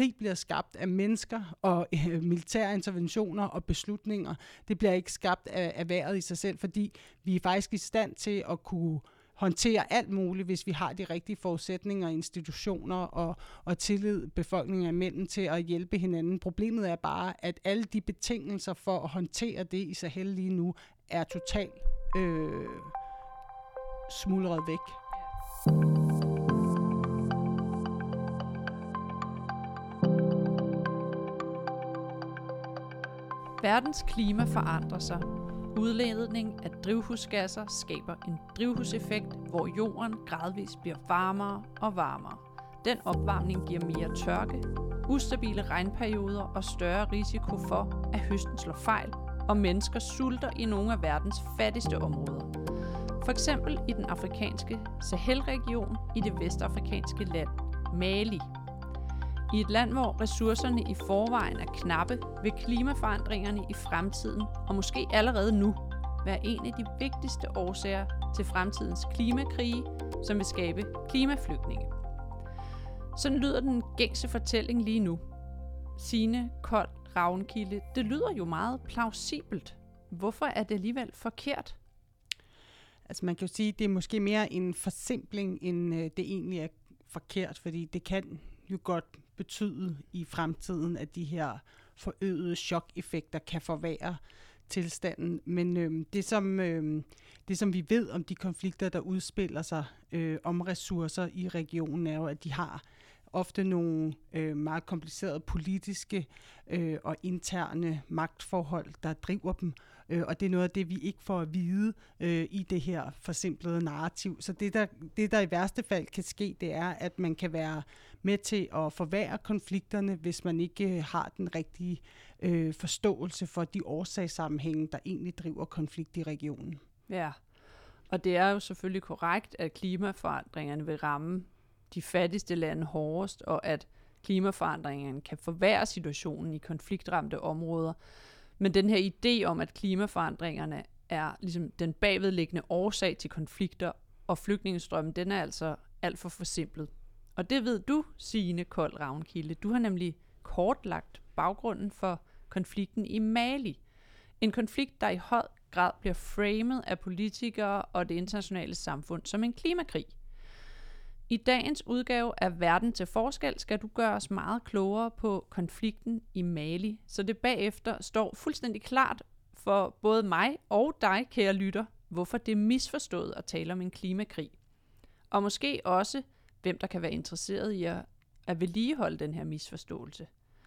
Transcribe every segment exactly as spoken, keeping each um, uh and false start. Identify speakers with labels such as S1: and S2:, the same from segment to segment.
S1: krig bliver skabt af mennesker og øh, militære interventioner og beslutninger. Det bliver ikke skabt af, af vejret i sig selv, fordi vi er faktisk i stand til at kunne håndtere alt muligt, hvis vi har de rigtige forudsætninger, institutioner og, og tillid befolkningen imellem til at hjælpe hinanden. Problemet er bare, at alle de betingelser for at håndtere det i Sahel lige nu er totalt øh, smuldret væk.
S2: Verdens klima forandrer sig. Udledning af drivhusgasser skaber en drivhuseffekt, hvor jorden gradvist bliver varmere og varmere. Den opvarmning giver mere tørke, ustabile regnperioder og større risiko for, at høsten slår fejl, og mennesker sulter i nogle af verdens fattigste områder. For eksempel i den afrikanske Sahel-region i det vestafrikanske land Mali. I et land, hvor ressourcerne i forvejen er knappe, vil klimaforandringerne i fremtiden, og måske allerede nu, være en af de vigtigste årsager til fremtidens klimakrige, som vil skabe klimaflygtninge. Sådan lyder den gængse fortælling lige nu. Signe Kold Ravnkilde, det lyder jo meget plausibelt. Hvorfor er det alligevel forkert?
S1: Altså man kan jo sige, at det er måske mere en forsimpling, end det egentlig er forkert, fordi det kan jo godt betyde i fremtiden, at de her forøgede chok-effekter kan forværre tilstanden. Men øh, det, som, øh, det, som vi ved om de konflikter, der udspiller sig øh, om ressourcer i regionen, er jo, at de har ofte nogle øh, meget komplicerede politiske øh, og interne magtforhold, der driver dem. Øh, og det er noget af det, vi ikke får at vide øh, i det her forsimplede narrativ. Så det der, det, der i værste fald kan ske, det er, at man kan være med til at forværre konflikterne, hvis man ikke øh, har den rigtige øh, forståelse for de årsagssammenhænge, der egentlig driver konflikt i regionen.
S2: Ja, og det er jo selvfølgelig korrekt, at klimaforandringerne vil ramme de fattigste lande hårdest, og at klimaforandringerne kan forværre situationen i konfliktramte områder. Men den her idé om, at klimaforandringerne er ligesom den bagvedliggende årsag til konflikter og flygtningestrømmen, den er altså alt for forsimplet. Og det ved du, Signe Kold Ravnkilde. Du har nemlig kortlagt baggrunden for konflikten i Mali. En konflikt, der i høj grad bliver framet af politikere og det internationale samfund som en klimakrig. I dagens udgave af Verden til forskel skal du gøre os meget klogere på konflikten i Mali, så det bagefter står fuldstændig klart for både mig og dig, kære lytter, hvorfor det er misforstået at tale om en klimakrig. Og måske også, hvem der kan være interesseret i at, at vedligeholde den her misforståelse.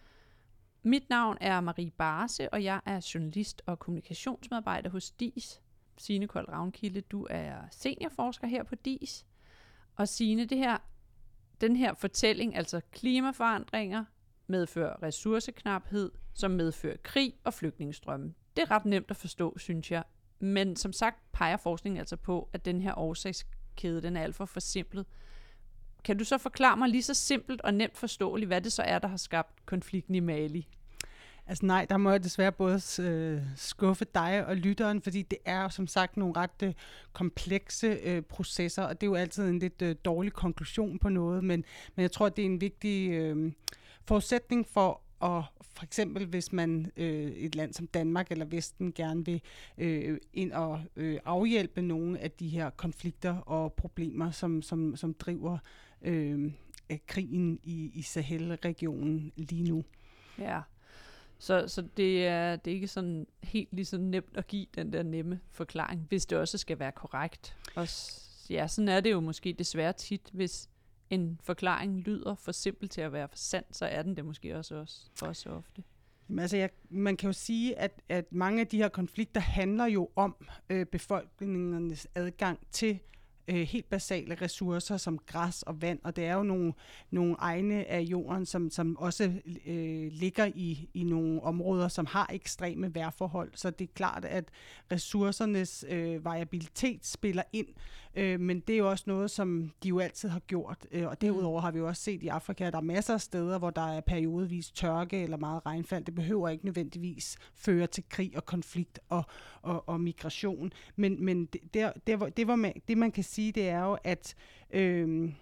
S2: Mit navn er Marie Barse, og jeg er journalist og kommunikationsmedarbejder hos D I S. Signe Kold Ravnkilde, du er seniorforsker her på D I S. Og Signe, det her, den her fortælling, altså klimaforandringer, medfører ressourceknaphed, som medfører krig og flygtningestrømme. Det er ret nemt at forstå, synes jeg. Men som sagt peger forskningen altså på, at den her årsagskæde, den er alt for forsimplet. Kan du så forklare mig lige så simpelt og nemt forståeligt, hvad det så er, der har skabt konflikten i Mali?
S1: Altså nej, der må jeg desværre både øh, skuffe dig og lytteren, fordi det er jo som sagt nogle ret øh, komplekse øh, processer, og det er jo altid en lidt øh, dårlig konklusion på noget, men, men jeg tror, det er en vigtig øh, forudsætning for, og for eksempel hvis man øh, et land som Danmark eller Vesten gerne vil øh, ind og øh, afhjælpe nogle af de her konflikter og problemer, som, som, som driver øh, krigen i, i Sahel-regionen lige nu.
S2: Ja. Så, så det, er, det er ikke sådan helt lige så nemt at give den der nemme forklaring, hvis det også skal være korrekt. Og ja, sådan er det jo måske desværre tit, hvis en forklaring lyder for simpel til at være for sand, så er den det måske også, også, også ofte.
S1: Jamen, altså jeg, man kan jo sige, at, at mange af de her konflikter handler jo om øh, befolkningernes adgang til øh, helt basale ressourcer som græs og vand, og det er jo nogle, nogle egne af jorden, som, som også øh, ligger i, i nogle områder, som har ekstreme vejrforhold. Så det er klart, at ressourcernes øh, variabilitet spiller ind, øh, men det er jo også noget, som de jo altid har gjort. Øh, og derudover har vi jo også set i Afrika, at der er masser af steder, hvor der er periodevis tørke eller meget regnfald. Det behøver ikke nødvendigvis føre til krig og konflikt og, og, og migration. Men, men det, det, det, det, var man, det, man kan sige, det er jo, at øh,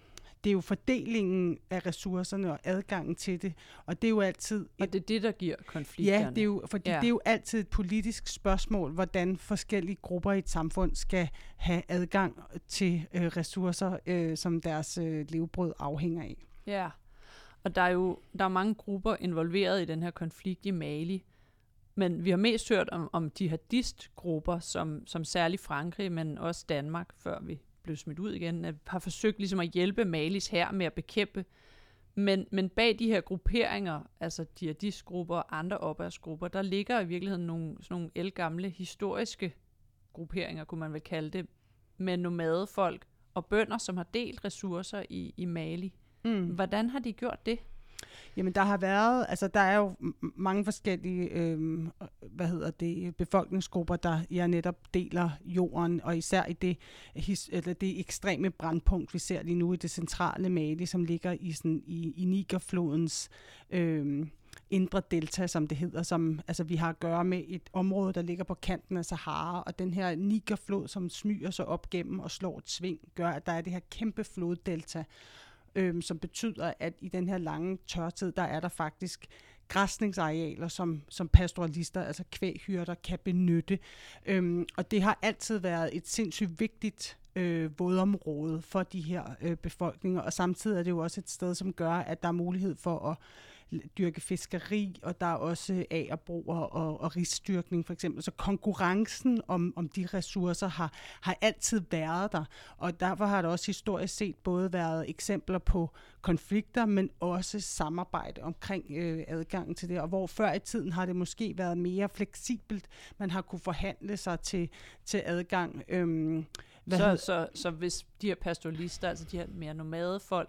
S1: det er jo fordelingen af ressourcerne og adgangen til det, og det er jo altid...
S2: Og det er det, der giver konflikterne.
S1: Ja, det er jo, fordi ja. det er jo altid et politisk spørgsmål, hvordan forskellige grupper i et samfund skal have adgang til øh, ressourcer, øh, som deres øh, levebrød afhænger af.
S2: Ja, og der er jo der er mange grupper involveret i den her konflikt i Mali, men vi har mest hørt om, om jihadistgrupper, som, som særligt Frankrig, men også Danmark, før vi blev smidt ud igen, har forsøgt ligesom at hjælpe Malis hær med at bekæmpe. Men, men bag de her grupperinger, altså jihadistgrupper og andre oprørsgrupper, der ligger i virkeligheden nogle, sådan nogle ældgamle historiske grupperinger, kunne man vel kalde det, med nomadefolk og bønder, som har delt ressourcer i, i Mali. Mm. Hvordan har de gjort det?
S1: Jamen, der har været, altså der er jo mange forskellige, øh, hvad hedder det, befolkningsgrupper, der ja, netop deler jorden, og især i det, his, eller det ekstreme brandpunkt, vi ser lige nu i det centrale Mali, som ligger i, sådan, i, i Nigerflodens øh, indre delta, som det hedder, som altså vi har at gøre med et område, der ligger på kanten af Sahara, og den her Nigerflod, som smyger sig op gennem og slår et sving, gør, at der er det her kæmpe floddelta, Øhm, som betyder, at i den her lange tørtid, der er der faktisk græsningsarealer, som, som pastoralister, altså kvæghyrder, kan benytte. Øhm, og det har altid været et sindssygt vigtigt øh, vådområde for de her øh, befolkninger, og samtidig er det jo også et sted, som gør, at der er mulighed for at dyrke fiskeri, og der er også agerbrug og, og risdyrkning for eksempel. Så konkurrencen om, om de ressourcer har, har altid været der, og derfor har der også historisk set både været eksempler på konflikter, men også samarbejde omkring øh, adgangen til det, og hvor før i tiden har det måske været mere fleksibelt, man har kunne forhandle sig til, til adgang. Øhm,
S2: så, så, så hvis de her pastoralister, altså de her mere nomadefolk,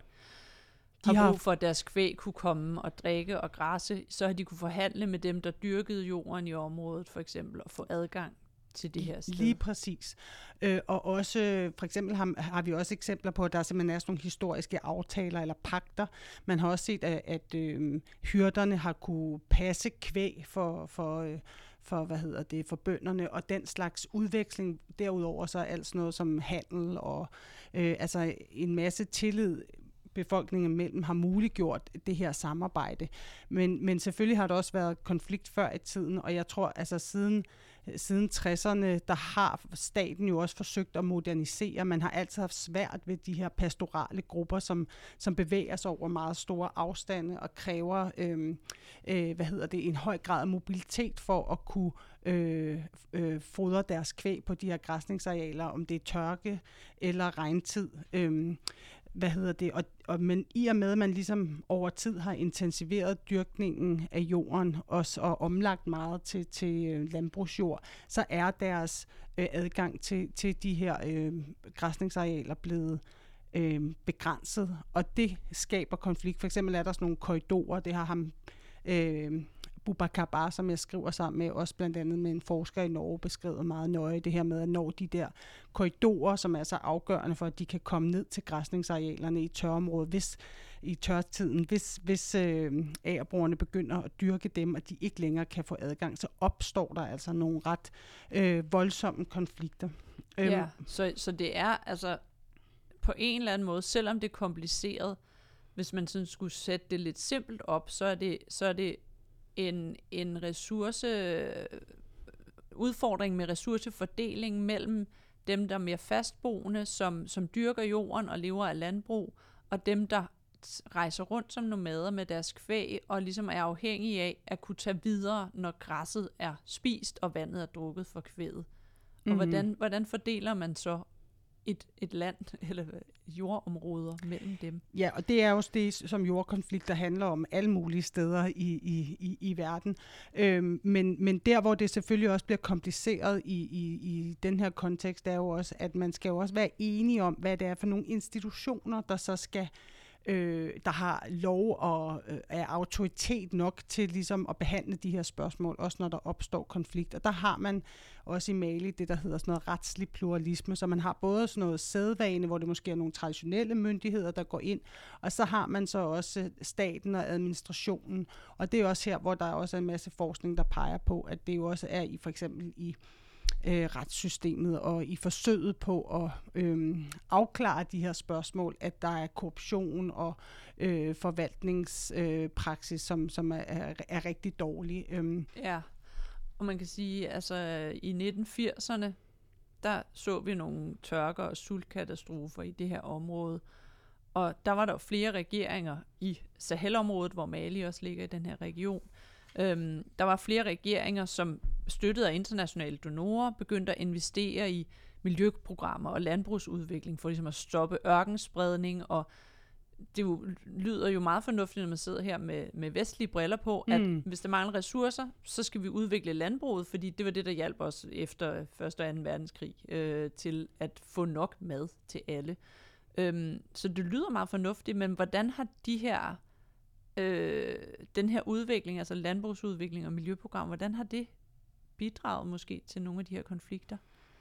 S2: de har brug for, at deres kvæg kunne komme og drikke og græsse, så har de kunne forhandle med dem, der dyrkede jorden i området, for eksempel, og få adgang til det her sted.
S1: Lige præcis. Øh, og også, for eksempel har, har vi også eksempler på, at der simpelthen er sådan nogle historiske aftaler eller pagter. Man har også set, at, at øh, hyrderne har kunne passe kvæg for... for øh, for, hvad hedder det, for bønderne, og den slags udveksling. Derudover så er alt sådan noget som handel og øh, altså en masse tillid befolkningen imellem har muliggjort det her samarbejde. Men, men selvfølgelig har der også været konflikt før i tiden, og jeg tror, altså siden, siden tresserne, der har staten jo også forsøgt at modernisere. Man har altid haft svært ved de her pastorale grupper, som, som bevæger sig over meget store afstande og kræver øh, øh, hvad hedder det, en høj grad af mobilitet for at kunne øh, øh, fodre deres kvæg på de her græsningsarealer, om det er tørke eller regntid. Øh, Hvad hedder det? Og, og, men i og med, at man ligesom over tid har intensiveret dyrkningen af jorden også, og omlagt meget til, til øh, landbrugsjord, så er deres øh, adgang til, til de her øh, græsningsarealer blevet øh, begrænset. Og det skaber konflikt. For eksempel er der sådan nogle korridorer, det har ham... Øh, Boubacar Ba, som jeg skriver sammen med, også blandt andet med en forsker i Norge, beskrevet meget nøje det her med at nå de der korridorer, som er så afgørende for, at de kan komme ned til græsningsarealerne i tørområdet, hvis i tørtiden, hvis, hvis øh, agerbrugerne begynder at dyrke dem, og de ikke længere kan få adgang, så opstår der altså nogle ret øh, voldsomme konflikter.
S2: Ja, øhm. så, så det er altså på en eller anden måde, selvom det er kompliceret, hvis man sådan skulle sætte det lidt simpelt op, så er det, så er det en, en ressource, udfordring med ressourcefordeling mellem dem, der er mere fastboende, som, som dyrker jorden og lever af landbrug, og dem, der rejser rundt som nomader med deres kvæg, og ligesom er afhængige af at kunne tage videre, når græsset er spist, og vandet er drukket for kvæget. Og mm-hmm. hvordan, hvordan fordeler man så et, et land, eller jordområder mellem dem?
S1: Ja, og det er også det, som jordkonflikter handler om alle mulige steder i, i, i, i verden. Øhm, men, men der, hvor det selvfølgelig også bliver kompliceret i, i, i den her kontekst, er jo også, at man skal jo også være enige om, hvad det er for nogle institutioner, der så skal Øh, der har lov og øh, er autoritet nok til ligesom at behandle de her spørgsmål, også når der opstår konflikter. Der har man også i Mali det, der hedder sådan noget retslig pluralisme, så man har både sådan noget sædvane, hvor det måske er nogle traditionelle myndigheder, der går ind, og så har man så også staten og administrationen, og det er også her, hvor der er også en masse forskning, der peger på, at det jo også er i for eksempel i øh, retssystemet, og i forsøget på at øh, afklare de her spørgsmål, at der er korruption og øh, forvaltningspraksis, øh, som, som er, er, er rigtig dårlig. Øh.
S2: Ja, og man kan sige, altså i nitten firserne, der så vi nogle tørker og sultkatastrofer i det her område. Og der var der jo flere regeringer i Sahel-området, hvor Mali også ligger i den her region. Øhm, der var flere regeringer, som støttede af internationale donorer, begyndte at investere i miljøprogrammer og landbrugsudvikling for ligesom at stoppe ørkenspredning. Og det jo, lyder jo meget fornuftigt, når man sidder her med, med vestlige briller på, at mm. hvis der mangler ressourcer, så skal vi udvikle landbruget, fordi det var det, der hjalp os efter første og anden verdenskrig øh, til at få nok mad til alle. Øhm, så det lyder meget fornuftigt, men hvordan har de her, øh, den her udvikling, altså landbrugsudvikling og miljøprogram, hvordan har det bidraget måske til nogle af de her konflikter?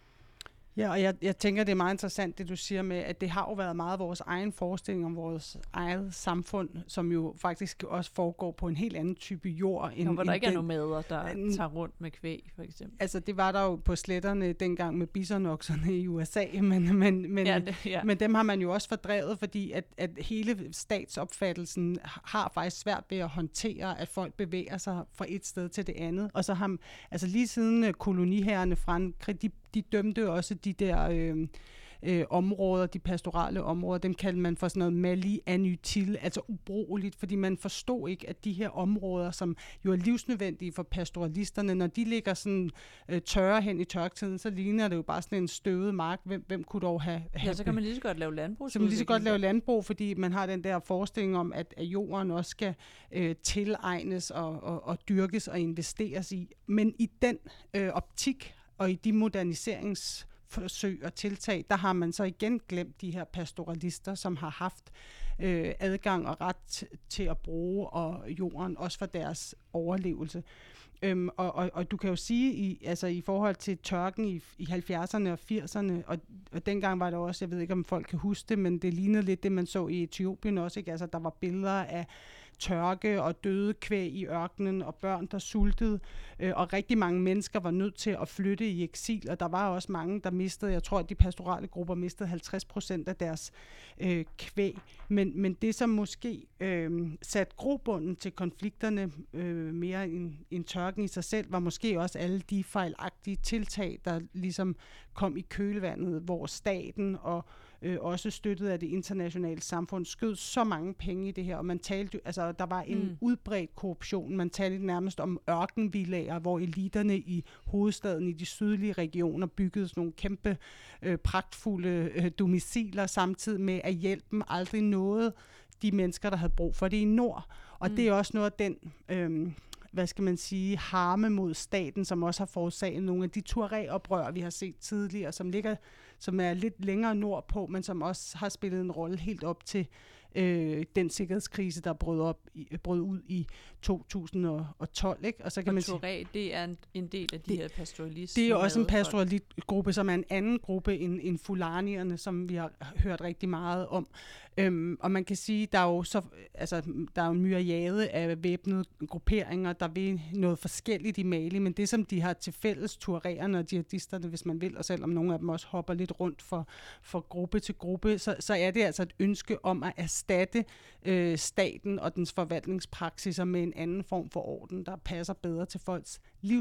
S1: Ja, og jeg, jeg tænker, det er meget interessant, det du siger med, at det har jo været meget vores egen forestilling om vores eget samfund, som jo faktisk også foregår på en helt anden type jord. End,
S2: Nå, hvor der
S1: end
S2: ikke
S1: den,
S2: er nomader, der en, tager rundt med kvæg, for eksempel.
S1: Altså, det var der jo på sletterne dengang med bisonokserne i U S A, men, men, men, ja, det, ja. men dem har man jo også fordrevet, fordi at, at hele statsopfattelsen har faktisk svært ved at håndtere, at folk bevæger sig fra et sted til det andet. Og så har, altså lige siden koloniherrerne Frankrig, de de dømte også de der øh, øh, områder, de pastorale områder, dem kaldte man for sådan noget mali anutil, altså ubrugeligt, fordi man forstod ikke, at de her områder, som jo er livsnødvendige for pastoralisterne, når de ligger sådan øh, tørre hen i tørktiden, så ligner det jo bare sådan en støvet mark. Hvem, hvem kunne dog have, have...
S2: Ja, så kan man lige så godt lave landbrug.
S1: Så man lige så godt lave landbrug, fordi man har den der forestilling om, at, at jorden også skal øh, tilegnes og, og, og dyrkes og investeres i. Men i den øh, optik og i de moderniseringsforsøg og tiltag, der har man så igen glemt de her pastoralister, som har haft øh, adgang og ret til at bruge og jorden, også for deres overlevelse. Øhm, og, og, og du kan jo sige, i, altså i forhold til tørken i, i halvfjerdserne og firserne, og, og dengang var der også, jeg ved ikke om folk kan huske det, men det lignede lidt det, man så i Etiopien også, ikke? Altså der var billeder af tørke og døde kvæg i ørkenen og børn, der sultede, øh, og rigtig mange mennesker var nødt til at flytte i eksil, og der var også mange, der mistede, jeg tror, at de pastorale grupper mistede halvtreds procent af deres øh, kvæg, men, men det, som måske øh, satte grobunden til konflikterne øh, mere end, end tørken i sig selv, var måske også alle de fejlagtige tiltag, der ligesom kom i kølvandet, hvor staten og øh, også støttet af det internationale samfund, skød så mange penge i det her, og man talte, altså der var en mm. udbredt korruption, man talte nærmest om ørkenvillager, hvor eliterne i hovedstaden i de sydlige regioner byggede sådan nogle kæmpe øh, pragtfulde øh, domiciler, samtidig med at hjælpen aldrig nåede de mennesker, der havde brug for det i nord. Og mm. det er også noget af den øh, hvad skal man sige, harme mod staten, som også har forårsaget nogle af de Tuareg-oprør, vi har set tidligere, som ligger, som er lidt længere nordpå, men som også har spillet en rolle helt op til øh, den sikkerhedskrise, der brød, op, brød ud i to tusind og tolv. Ikke? Og så kan
S2: og
S1: man
S2: Tuareg, sige, det er en, en del af de det, her pastoralister.
S1: Det er jo også en pastoralitgruppe, som er en anden gruppe end, end fulanierne, som vi har hørt rigtig meget om. Øhm, og man kan sige, der er jo så, altså, der er jo en myriade af væbnede grupperinger, der vil noget forskelligt i Mali, men det, som de har til fælles, tuaregerne og jihadisterne, hvis man vil, og selvom nogle af dem også hopper lidt rundt for, for gruppe til gruppe, så, så er det altså et ønske om at erstatte øh, staten og dens forvaltningspraksiser med en anden form for orden, der passer bedre til folks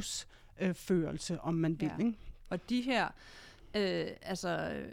S1: livsførelse, øh, om man vil.
S2: Ja.
S1: Ikke?
S2: Og de her, øh, altså... Øh,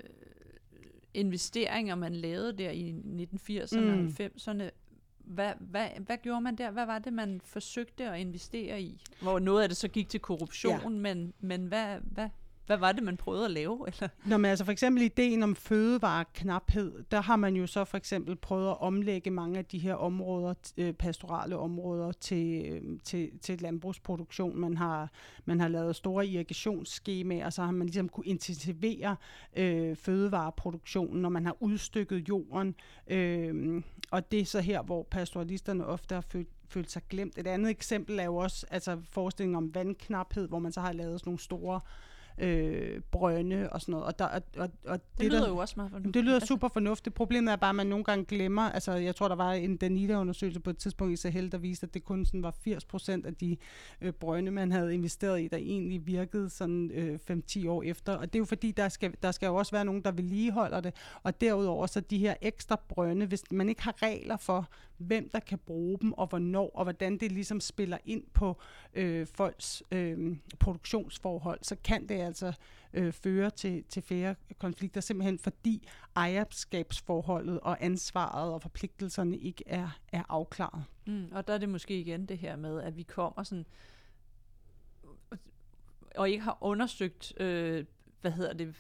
S2: investeringer, man lavede der i nitten firserne og
S1: mm.
S2: halvfemserne, hvad, hvad, hvad gjorde man der? Hvad var det, man forsøgte at investere i? Hvor noget af det så gik til korruption, ja. men, men hvad, hvad, hvad var det, man prøvede at lave? Eller?
S1: Nå, men altså for eksempel ideen om fødevareknaphed, der har man jo så for eksempel prøvet at omlægge mange af de her områder, øh, pastorale områder, til, øh, til, til landbrugsproduktion. Man har, man har lavet store irrigationsskemaer, og så har man ligesom kunne intensivere øh, fødevareproduktionen, når man har udstykket jorden. Øh, og det er så her, hvor pastoralisterne ofte har følt følt sig glemt. Et andet eksempel er jo også altså forestillingen om vandknaphed, hvor man så har lavet sådan nogle store øh, brønde og sådan noget. Og der, og, og, og
S2: det, det lyder der, jo også meget fornuftigt.
S1: Det lyder super fornuftigt. Problemet er bare, at man nogle gange glemmer, altså jeg tror, der var en Danida-undersøgelse på et tidspunkt i Sahel, der viste, at det kun sådan var firs procent af de øh, brønde, man havde investeret i, der egentlig virkede sådan øh, fem til ti år efter. Og det er jo fordi, der skal, der skal jo også være nogen, der vedligeholder det. Og derudover så de her ekstra brønde, hvis man ikke har regler for, hvem der kan bruge dem, og hvornår, og hvordan det ligesom spiller ind på øh, folks øh, produktionsforhold, så kan det altså øh, føre til, til flere konflikter, simpelthen fordi ejerskabsforholdet og ansvaret og forpligtelserne ikke er, er afklaret.
S2: Mm, og der er det måske igen det her med, at vi kommer sådan, og ikke har undersøgt, øh, hvad hedder det,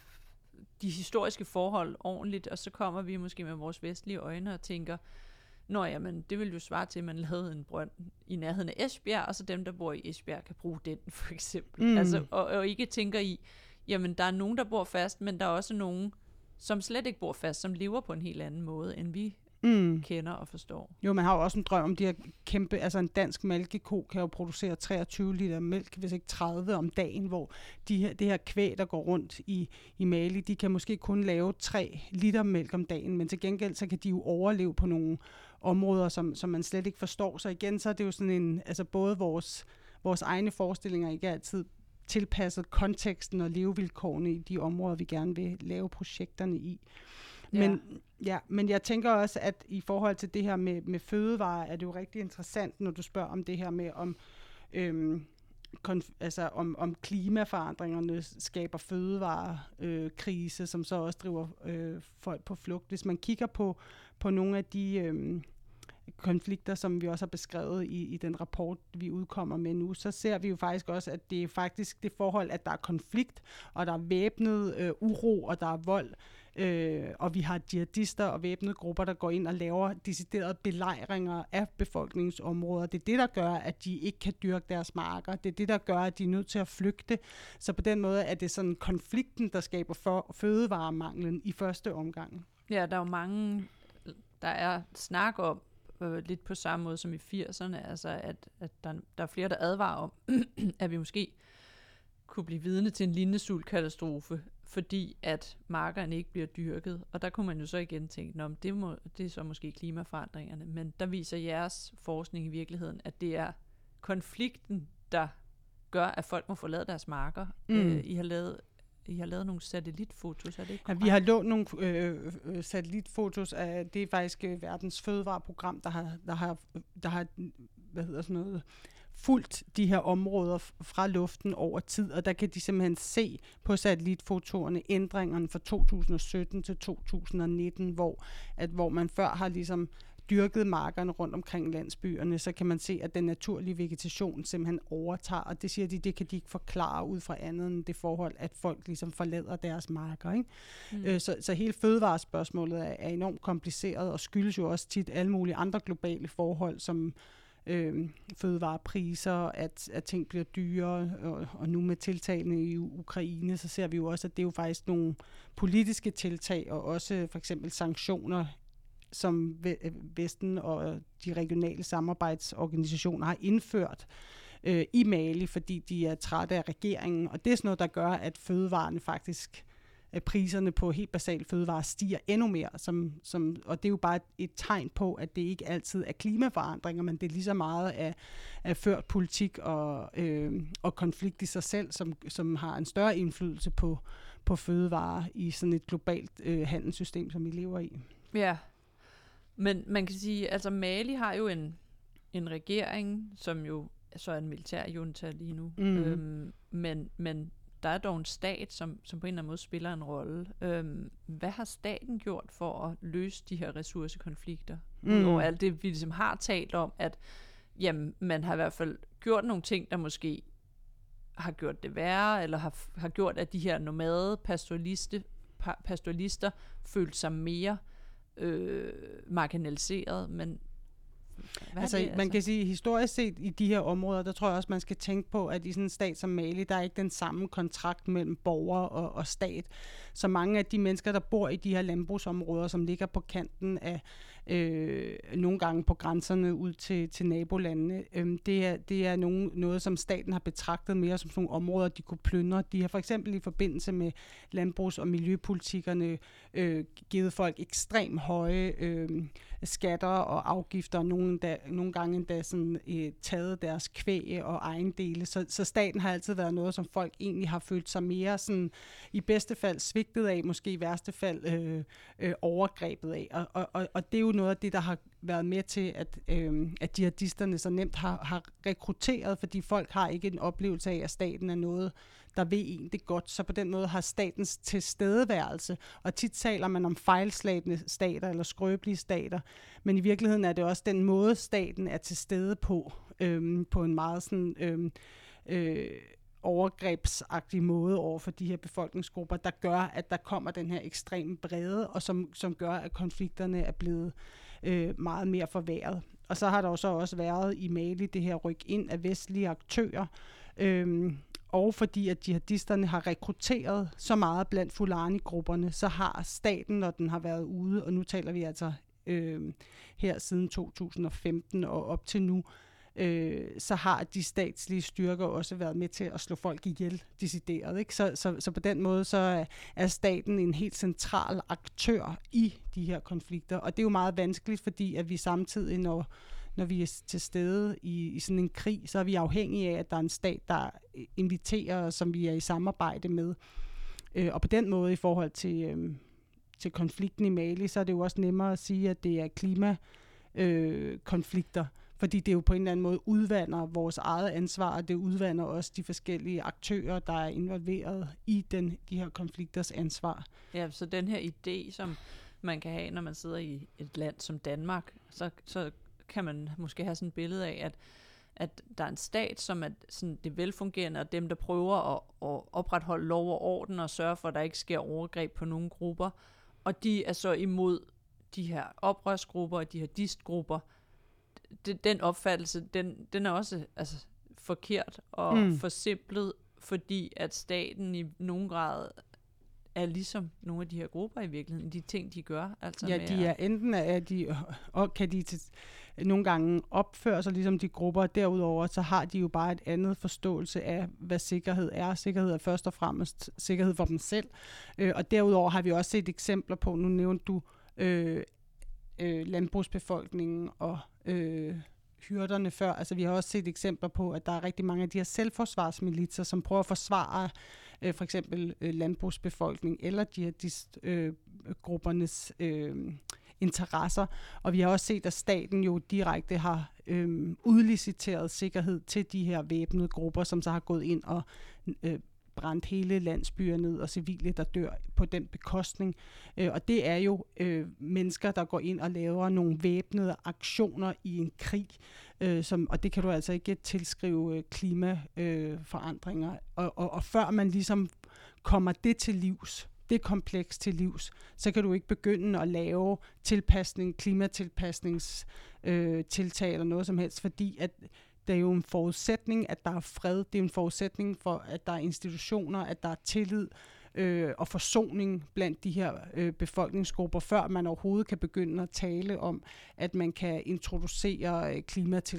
S2: de historiske forhold ordentligt, og så kommer vi måske med vores vestlige øjne og tænker, nå jamen, det vil jo svare til, at man lavede en brønd i nærheden af Esbjerg, og så dem, der bor i Esbjerg, kan bruge den, for eksempel. Mm. Altså, og, og ikke tænker i, jamen, der er nogen, der bor fast, men der er også nogen, som slet ikke bor fast, som lever på en helt anden måde, end vi mm. kender og forstår.
S1: Jo, man har jo også en drøm om de her kæmpe, altså en dansk mælkeko kan jo producere treogtyve liter mælk, hvis ikke tredive om dagen, hvor de her, det her kvæg, der går rundt i, i Mali, de kan måske kun lave tre liter mælk om dagen, men til gengæld så kan de jo overleve på nogle områder, som, som man slet ikke forstår. Så igen, så er det jo sådan en, altså både vores, vores egne forestillinger ikke altid tilpasset konteksten og levevilkårene i de områder, vi gerne vil lave projekterne i. Men, ja. Ja, men jeg tænker også, at i forhold til det her med, med fødevarer, er det jo rigtig interessant, når du spørger om det her med, om, øhm, konf- altså om, om klimaforandringerne skaber fødevarekrise, øh, som så også driver øh, folk på flugt. Hvis man kigger på, på nogle af de øh, konflikter, som vi også har beskrevet i, i den rapport, vi udkommer med nu, så ser vi jo faktisk også, at det er faktisk det forhold, at der er konflikt, og der er væbnet øh, uro, og der er vold, øh, og vi har jihadister og væbnede grupper, der går ind og laver deciderede belejringer af befolkningsområder. Det er det, der gør, at de ikke kan dyrke deres marker. Det er det, der gør, at de er nødt til at flygte. Så på den måde er det sådan konflikten, der skaber for fødevaremanglen i første omgang.
S2: Ja, der er jo mange, der er snak om, øh, lidt på samme måde som i firserne, altså at, at der, der er flere, der advarer om, at vi måske kunne blive vidne til en lignende sultkatastrofe, fordi at markerne ikke bliver dyrket. Og der kunne man jo så igen tænke, nå, det, må, det er så måske klimaforandringerne, men der viser jeres forskning i virkeligheden, at det er konflikten, der gør, at folk må forlade deres marker. Mm. Øh, I har lavet I har lavet nogle satellitfotos, er det ikke korrekt?
S1: Ja, vi har lånt nogle øh, øh, satellitfotos af, det er faktisk øh, verdens fødevareprogram, der har, der har, der har hvad hedder sådan noget, fulgt de her områder fra luften over tid, og der kan de simpelthen se på satellitfotoerne ændringerne fra to tusind og sytten til to tusind og nitten, hvor, at, hvor man før har ligesom dyrket markerne rundt omkring landsbyerne, så kan man se, at den naturlige vegetation simpelthen overtager, og det siger de, det kan de ikke forklare ud fra andet end det forhold, at folk ligesom forlader deres marker. Ikke? Mm. Øh, så, så hele fødevarespørgsmålet er, er enormt kompliceret, og skyldes jo også tit alle mulige andre globale forhold, som øh, fødevarepriser, at, at ting bliver dyrere, og, og nu med tiltagene i Ukraine, så ser vi jo også, at det er jo faktisk nogle politiske tiltag, og også for eksempel sanktioner, som Vesten og de regionale samarbejdsorganisationer har indført øh, i Mali, fordi de er trætte af regeringen. Og det er sådan noget, der gør, at fødevarene faktisk, at priserne på helt basale fødevarer stiger endnu mere. Som, som, og det er jo bare et, et tegn på, at det ikke altid er klimaforandringer, men det er lige så meget af, af ført politik og, øh, og konflikt i sig selv, som, som har en større indflydelse på, på fødevarer i sådan et globalt øh, handelssystem, som vi lever i.
S2: Ja. Men man kan sige, altså Mali har jo en, en regering, som jo så er en militærjunta lige nu, mm. øhm, men, men der er dog en stat, som, som på en eller anden måde spiller en rolle. Øhm, hvad har staten gjort for at løse de her ressourcekonflikter? Mm. Udover alt det, vi ligesom har talt om, at jamen, man har i hvert fald gjort nogle ting, der måske har gjort det værre, eller har, har gjort, at de her nomade pastoralister, pastoralister følte sig mere Øh, marginaliseret, men
S1: altså, det, altså man kan sige, historisk set i de her områder, der tror jeg også, man skal tænke på, at i sådan en stat som Mali, der er ikke den samme kontrakt mellem borger og, og stat. Så mange af de mennesker, der bor i de her landbrugsområder, som ligger på kanten af, øh, nogle gange på grænserne ud til, til nabolandene. Øh, det er, det er nogen, noget, som staten har betragtet mere som sådan nogle områder, de kunne plyndre. De har for eksempel i forbindelse med landbrugs- og miljøpolitikkerne øh, givet folk ekstremt høje øh, skatter og afgifter, og nogle, da, nogle gange endda sådan, øh, taget deres kvæg og ejendele. Så, så staten har altid været noget, som folk egentlig har følt sig mere sådan, i bedste fald svigtet af, måske i værste fald øh, øh, overgrebet af. Og, og, og, og det er jo noget af det, der har været med til, at, øh, at jihadisterne så nemt har, har rekrutteret, fordi folk har ikke en oplevelse af, at staten er noget, der ved en det godt. Så på den måde har statens tilstedeværelse, og tit taler man om fejlslagne stater eller skrøbelige stater, men i virkeligheden er det også den måde, staten er til stede på, øh, på en meget sådan... Øh, øh, overgrebsagtig måde over for de her befolkningsgrupper, der gør, at der kommer den her ekstreme brede, og som, som gør, at konflikterne er blevet øh, meget mere forværret. Og så har der jo så også været i Mali det her ryk ind af vestlige aktører, øh, og fordi at jihadisterne har rekrutteret så meget blandt Fulani-grupperne, så har staten, når den har været ude, og nu taler vi altså øh, her siden to tusind og femten og op til nu, Øh, så har de statslige styrker også været med til at slå folk ihjel decideret. Ikke? Så, så, så på den måde så er staten en helt central aktør i de her konflikter. Og det er jo meget vanskeligt, fordi at vi samtidig, når, når vi er til stede i, i sådan en krig, så er vi afhængige af, at der er en stat, der inviterer, som vi er i samarbejde med. Øh, og på den måde i forhold til, øh, til konflikten i Mali, så er det jo også nemmere at sige, at det er klimakonflikter. Øh, Fordi det jo på en eller anden måde udvander vores eget ansvar, og det udvander også de forskellige aktører, der er involveret i den, de her konflikters ansvar.
S2: Ja, så den her idé, som man kan have, når man sidder i et land som Danmark, så, så kan man måske have sådan et billede af, at, at der er en stat, som er sådan det velfungerende, og dem, der prøver at, at opretholde lov og orden og sørge for, at der ikke sker overgreb på nogle grupper, og de er så imod de her oprørsgrupper og de her distgrupper. Den opfattelse, den, den er også altså, forkert og mm. forsimplet, fordi at staten i nogen grad er ligesom nogle af de her grupper i virkeligheden, de ting, de gør. Altså
S1: ja,
S2: med
S1: de er enten er de, og kan de til, nogle gange opføre sig ligesom de grupper, og derudover så har de jo bare et andet forståelse af, hvad sikkerhed er. Sikkerhed er først og fremmest sikkerhed for dem selv, øh, og derudover har vi også set eksempler på, nu nævnte du øh, øh, landbrugsbefolkningen og øh, hyrderne før. Altså vi har også set eksempler på, at der er rigtig mange af de her selvforsvarsmilitser, som prøver at forsvare øh, for eksempel øh, landbrugsbefolkning eller jihadistgruppernes øh, øh, interesser. Og vi har også set, at staten jo direkte har øh, udliciteret sikkerhed til de her væbnede grupper, som så har gået ind og øh, brændt hele landsbyer ned, og civile, der dør på den bekostning. Øh, og det er jo øh, mennesker, der går ind og laver nogle væbnede aktioner i en krig, øh, som, og det kan du altså ikke tilskrive øh, klimaforandringer. Øh, og, og, og før man ligesom kommer det til livs, det kompleks til livs, så kan du ikke begynde at lave tilpasning, klimatilpasningstiltag øh, eller noget som helst, fordi at det er jo en forudsætning, at der er fred. Det er en forudsætning for, at der er institutioner, at der er tillid øh, og forsoning blandt de her øh, befolkningsgrupper, før man overhovedet kan begynde at tale om, at man kan introducere øh,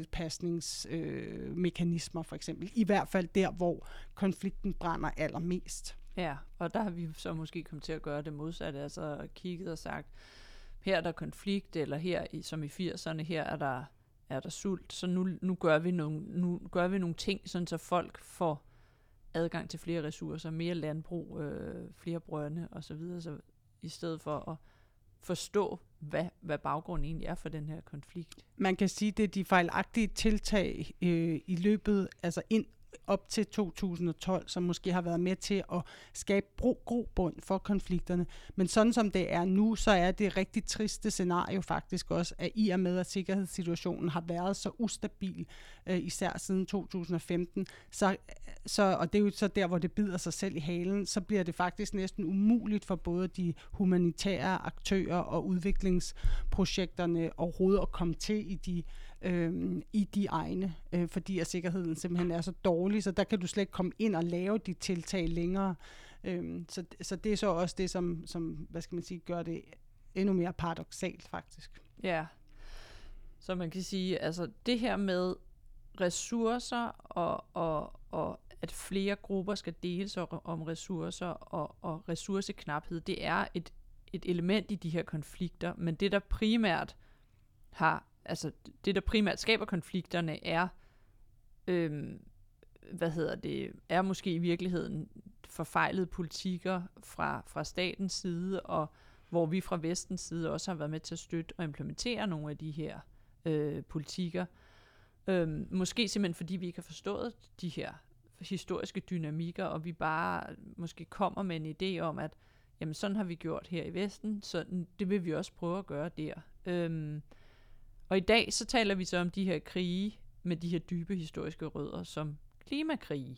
S1: klimatilpasningsmekanismer øh, for eksempel. I hvert fald der, hvor konflikten brænder allermest.
S2: Ja, og der har vi så måske kommet til at gøre det modsatte, altså kigget og sagt, her er der konflikt, eller her, som i firserne, her er der er der sult, så nu, nu, gør vi nogle, nu gør vi nogle ting, sådan så folk får adgang til flere ressourcer, mere landbrug, øh, flere brønde osv., så i stedet for at forstå, hvad, hvad baggrunden egentlig er for den her konflikt.
S1: Man kan sige, det er de fejlagtige tiltag øh, i løbet, altså ind op til to tusind og tolv, som måske har været med til at skabe grobund for konflikterne. Men sådan som det er nu, så er det et rigtig triste scenario faktisk også, at i og med, at sikkerhedssituationen har været så ustabil, øh, især siden to tusind og femten, så, så, og det er jo så der, hvor det bider sig selv i halen, så bliver det faktisk næsten umuligt for både de humanitære aktører og udviklingsprojekterne overhovedet at komme til i de Øhm, i de egne, øh, fordi at sikkerheden simpelthen er så dårlig, så der kan du slet ikke komme ind og lave de tiltag længere. Øhm, så, så det er så også det, som, som hvad skal man sige, gør det endnu mere paradoksalt faktisk.
S2: Ja, så man kan sige, altså det her med ressourcer og, og, og at flere grupper skal deles om ressourcer og, og ressourceknaphed, det er et, et element i de her konflikter, men det der primært har, altså det der primært skaber konflikterne er, øhm, hvad hedder det, er måske i virkeligheden forfejlede politikker fra, fra statens side, og hvor vi fra Vestens side også har været med til at støtte og implementere nogle af de her øh, politikker. Øhm, måske simpelthen fordi vi ikke har forstået de her historiske dynamikker, og vi bare måske kommer med en idé om, at jamen sådan har vi gjort her i Vesten, så det vil vi også prøve at gøre der. Øhm, og i dag så taler vi så om de her krige med de her dybe historiske rødder som klimakrige.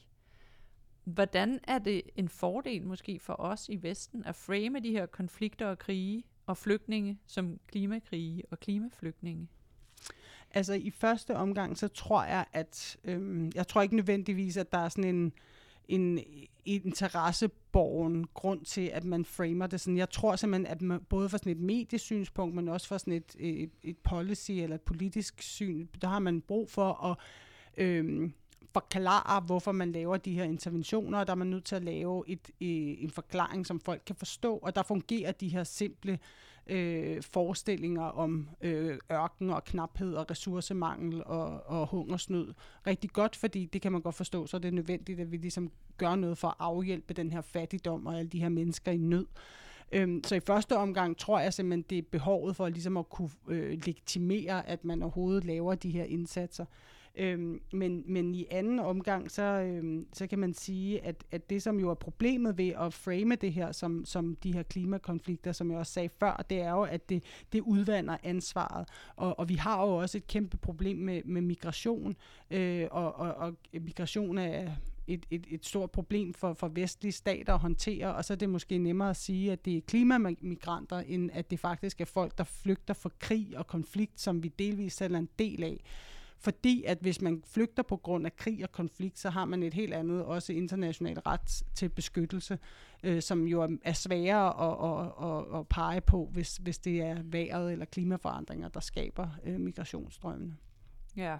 S2: Hvordan er det en fordel måske for os i Vesten at frame de her konflikter og krige og flygtninge som klimakrige og klimaflygtninge?
S1: Altså i første omgang, så tror jeg, at øhm, jeg tror ikke nødvendigvis, at der er sådan en, en interesseborgen grund til, at man framer det sådan. Jeg tror simpelthen, at man, både fra sådan et mediesynspunkt, men også fra sådan et, et, et policy eller et politisk syn, der har man brug for at øhm, forklare, hvorfor man laver de her interventioner, og der er man nødt til at lave et, en forklaring, som folk kan forstå, og der fungerer de her simple øh, forestillinger om øh, ørken og knaphed og ressourcemangel og, og hungersnød rigtig godt, fordi det kan man godt forstå, så det er nødvendigt, at vi ligesom gør noget for at afhjælpe den her fattigdom og alle de her mennesker i nød. Øhm, så i første omgang tror jeg simpelthen, det er behovet for ligesom at kunne øh, legitimere, at man overhovedet laver de her indsatser. Øhm, men, men i anden omgang, så, øhm, så kan man sige, at, at det, som jo er problemet ved at frame det her som, som de her klimakonflikter, som jeg også sagde før, det er jo, at det, det udvander ansvaret. Og, og vi har jo også et kæmpe problem med, med migration, øh, og, og, og migration er et, et, et stort problem for, for vestlige stater at håndtere, og så er det måske nemmere at sige, at det er klimamigranter, end at det faktisk er folk, der flygter fra krig og konflikt, som vi delvis selv er en del af. Fordi at hvis man flygter på grund af krig og konflikt, så har man et helt andet, også international ret til beskyttelse, øh, som jo er sværere at, at, at, at pege på, hvis, hvis det er vejret eller klimaforandringer, der skaber øh, migrationsstrømmene.
S2: Ja.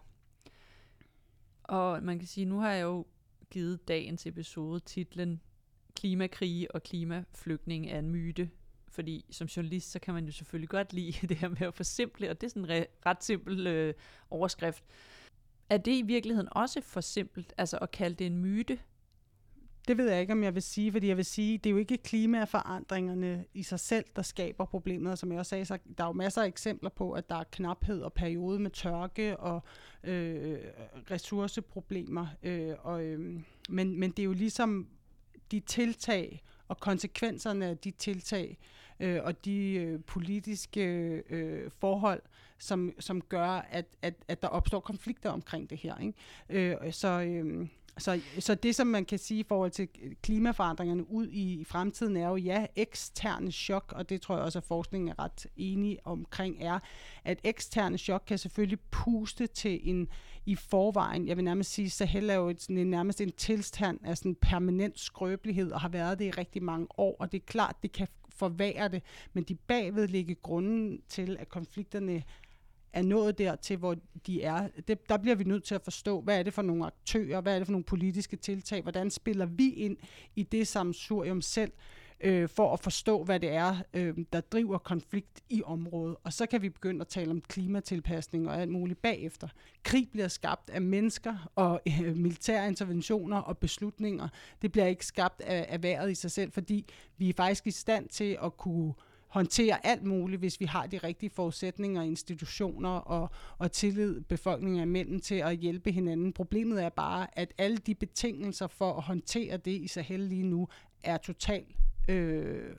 S2: Og man kan sige, nu har jeg jo givet dagens episode titlen Klimakrige og klimaflygtning er en myte. Fordi som journalist, så kan man jo selvfølgelig godt lide det her med at forsimple, og det er sådan en re- ret simpel øh, overskrift. Er det i virkeligheden også for simpelt, altså at kalde det en myte?
S1: Det ved jeg ikke, om jeg vil sige, fordi jeg vil sige, det er jo ikke klimaforandringerne i sig selv, der skaber problemet. Som jeg også sagde, så der er jo masser af eksempler på, at der er knaphed og periode med tørke og øh, ressourceproblemer. Øh, og, øh, men, men det er jo ligesom de tiltag og konsekvenserne af de tiltag øh, og de øh, politiske øh, forhold, som, som gør, at, at, at der opstår konflikter omkring det her. Ikke? Øh, så, øh, så, så det, som man kan sige i forhold til klimaforandringerne ud i, i fremtiden, er jo ja, eksterne chok, og det tror jeg også, at forskningen er ret enig omkring, er, at eksterne chok kan selvfølgelig puste til en i forvejen, jeg vil nærmest sige, Sahel er jo et, sådan en, nærmest en tilstand af sådan permanent skrøbelighed, og har været det i rigtig mange år, og det er klart, det kan forværre det, men de bagvedliggende grunde til, at konflikterne er nået dertil, hvor de er, det, der bliver vi nødt til at forstå, hvad er det for nogle aktører, hvad er det for nogle politiske tiltag, hvordan spiller vi ind i det sammensurium selv, øh, for at forstå, hvad det er, øh, der driver konflikt i området. Og så kan vi begynde at tale om klimatilpasning og alt muligt bagefter. Krig bliver skabt af mennesker og øh, militære interventioner og beslutninger. Det bliver ikke skabt af, af vejret i sig selv, fordi vi er faktisk i stand til at kunne håndtere alt muligt, hvis vi har de rigtige forudsætninger, institutioner og, og tillid befolkningen imellem til at hjælpe hinanden. Problemet er bare, at alle de betingelser for at håndtere det i Sahel lige nu er totalt øh,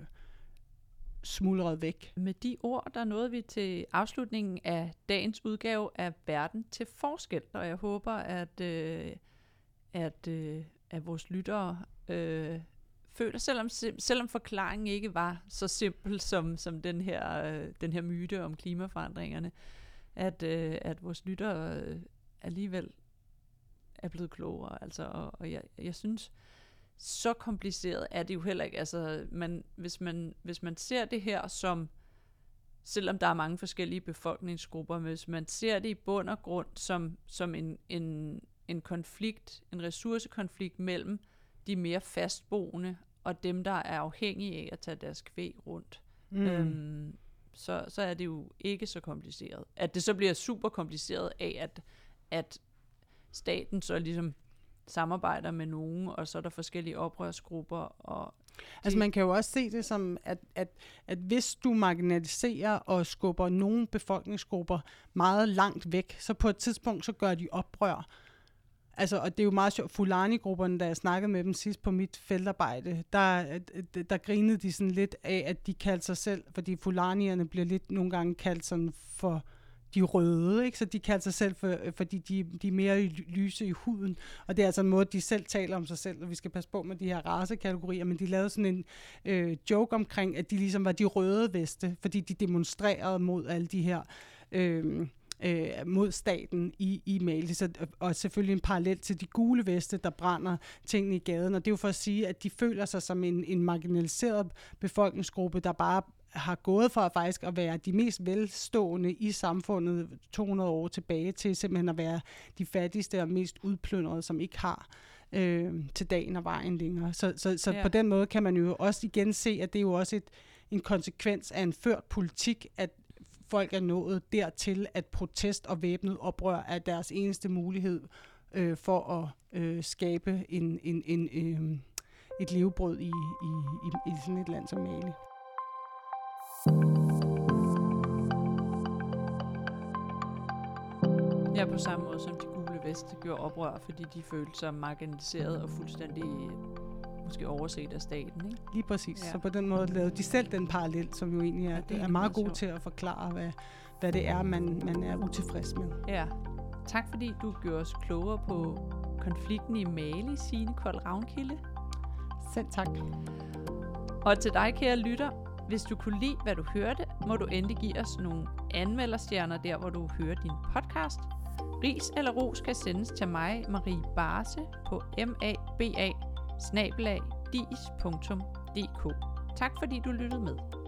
S1: smuldret væk.
S2: Med de ord, der nåede vi til afslutningen af dagens udgave af Verden til forskel, og jeg håber, at, øh, at, øh, at vores lyttere øh, føler, selvom, selvom forklaringen ikke var så simpel som, som den, her, øh, den her myte om klimaforandringerne, at, øh, at vores lyttere øh, alligevel er blevet klogere. Altså, og, og jeg, jeg synes, så kompliceret er det jo heller ikke. Altså, man, hvis, man, hvis man ser det her som selvom der er mange forskellige befolkningsgrupper, hvis man ser det i bund og grund som, som en, en, en konflikt, en ressourcekonflikt mellem de mere fastboende og dem, der er afhængige af at tage deres kvæg rundt, mm. øhm, så, så er det jo ikke så kompliceret. At det så bliver super kompliceret af, at, at staten så ligesom samarbejder med nogen, og så er der forskellige oprørsgrupper. Og
S1: altså man kan jo også se det som, at, at, at hvis du marginaliserer og skubber nogle befolkningsgrupper meget langt væk, så på et tidspunkt så gør de oprør. Altså, og det er jo meget sjovt. Fulani-grupperne, da jeg snakkede med dem sidst på mit feltarbejde, der, der grinede de sådan lidt af, at de kaldte sig selv, fordi fulanierne bliver lidt nogle gange kaldt sådan for de røde, ikke? Så de kalder sig selv, for, fordi de, de er mere lyse i huden, og det er altså en måde, de selv taler om sig selv, og vi skal passe på med de her racekategorier, men de lavede sådan en øh, joke omkring, at de ligesom var de røde veste, fordi de demonstrerede mod alle de her øh, øh, mod staten i, i Mali, så, og selvfølgelig en parallel til de gule veste, der brænder tingene i gaden, og det er jo for at sige, at de føler sig som en, en marginaliseret befolkningsgruppe, der bare har gået fra faktisk at være de mest velstående i samfundet to hundrede år tilbage til simpelthen at være de fattigste og mest udplyndrede, som ikke har øh, til dagen og vejen længere. Så, så, så ja. På den måde kan man jo også igen se, at det er jo også et, en konsekvens af en ført politik, at folk er nået dertil, at protest og væbnet oprør er deres eneste mulighed øh, for at øh, skabe en, en, en, øh, et levebrød i, i, i, i sådan et land som Mali.
S2: Ja, på samme måde som de gule veste gjorde oprør, fordi de følte sig marginaliseret og fuldstændig måske overset af staten, ikke?
S1: Lige præcis. Ja. Så på den måde lavede de selv den parallel, som jo egentlig er, ja, er, er meget god til at forklare, hvad, hvad det er, man, man er utilfreds med.
S2: Ja. Tak fordi du gjorde os klogere på konflikten i Mali, Signe Kold Ravnkilde.
S1: Selv tak.
S2: Og til dig, kære lytter, hvis du kunne lide, hvad du hørte, må du endelig give os nogle anmelderstjerner der, hvor du hører din podcast. Ris eller ros kan sendes til mig, Marie Barse, på maba bindestreg dis punktum dk. Tak fordi du lyttede med.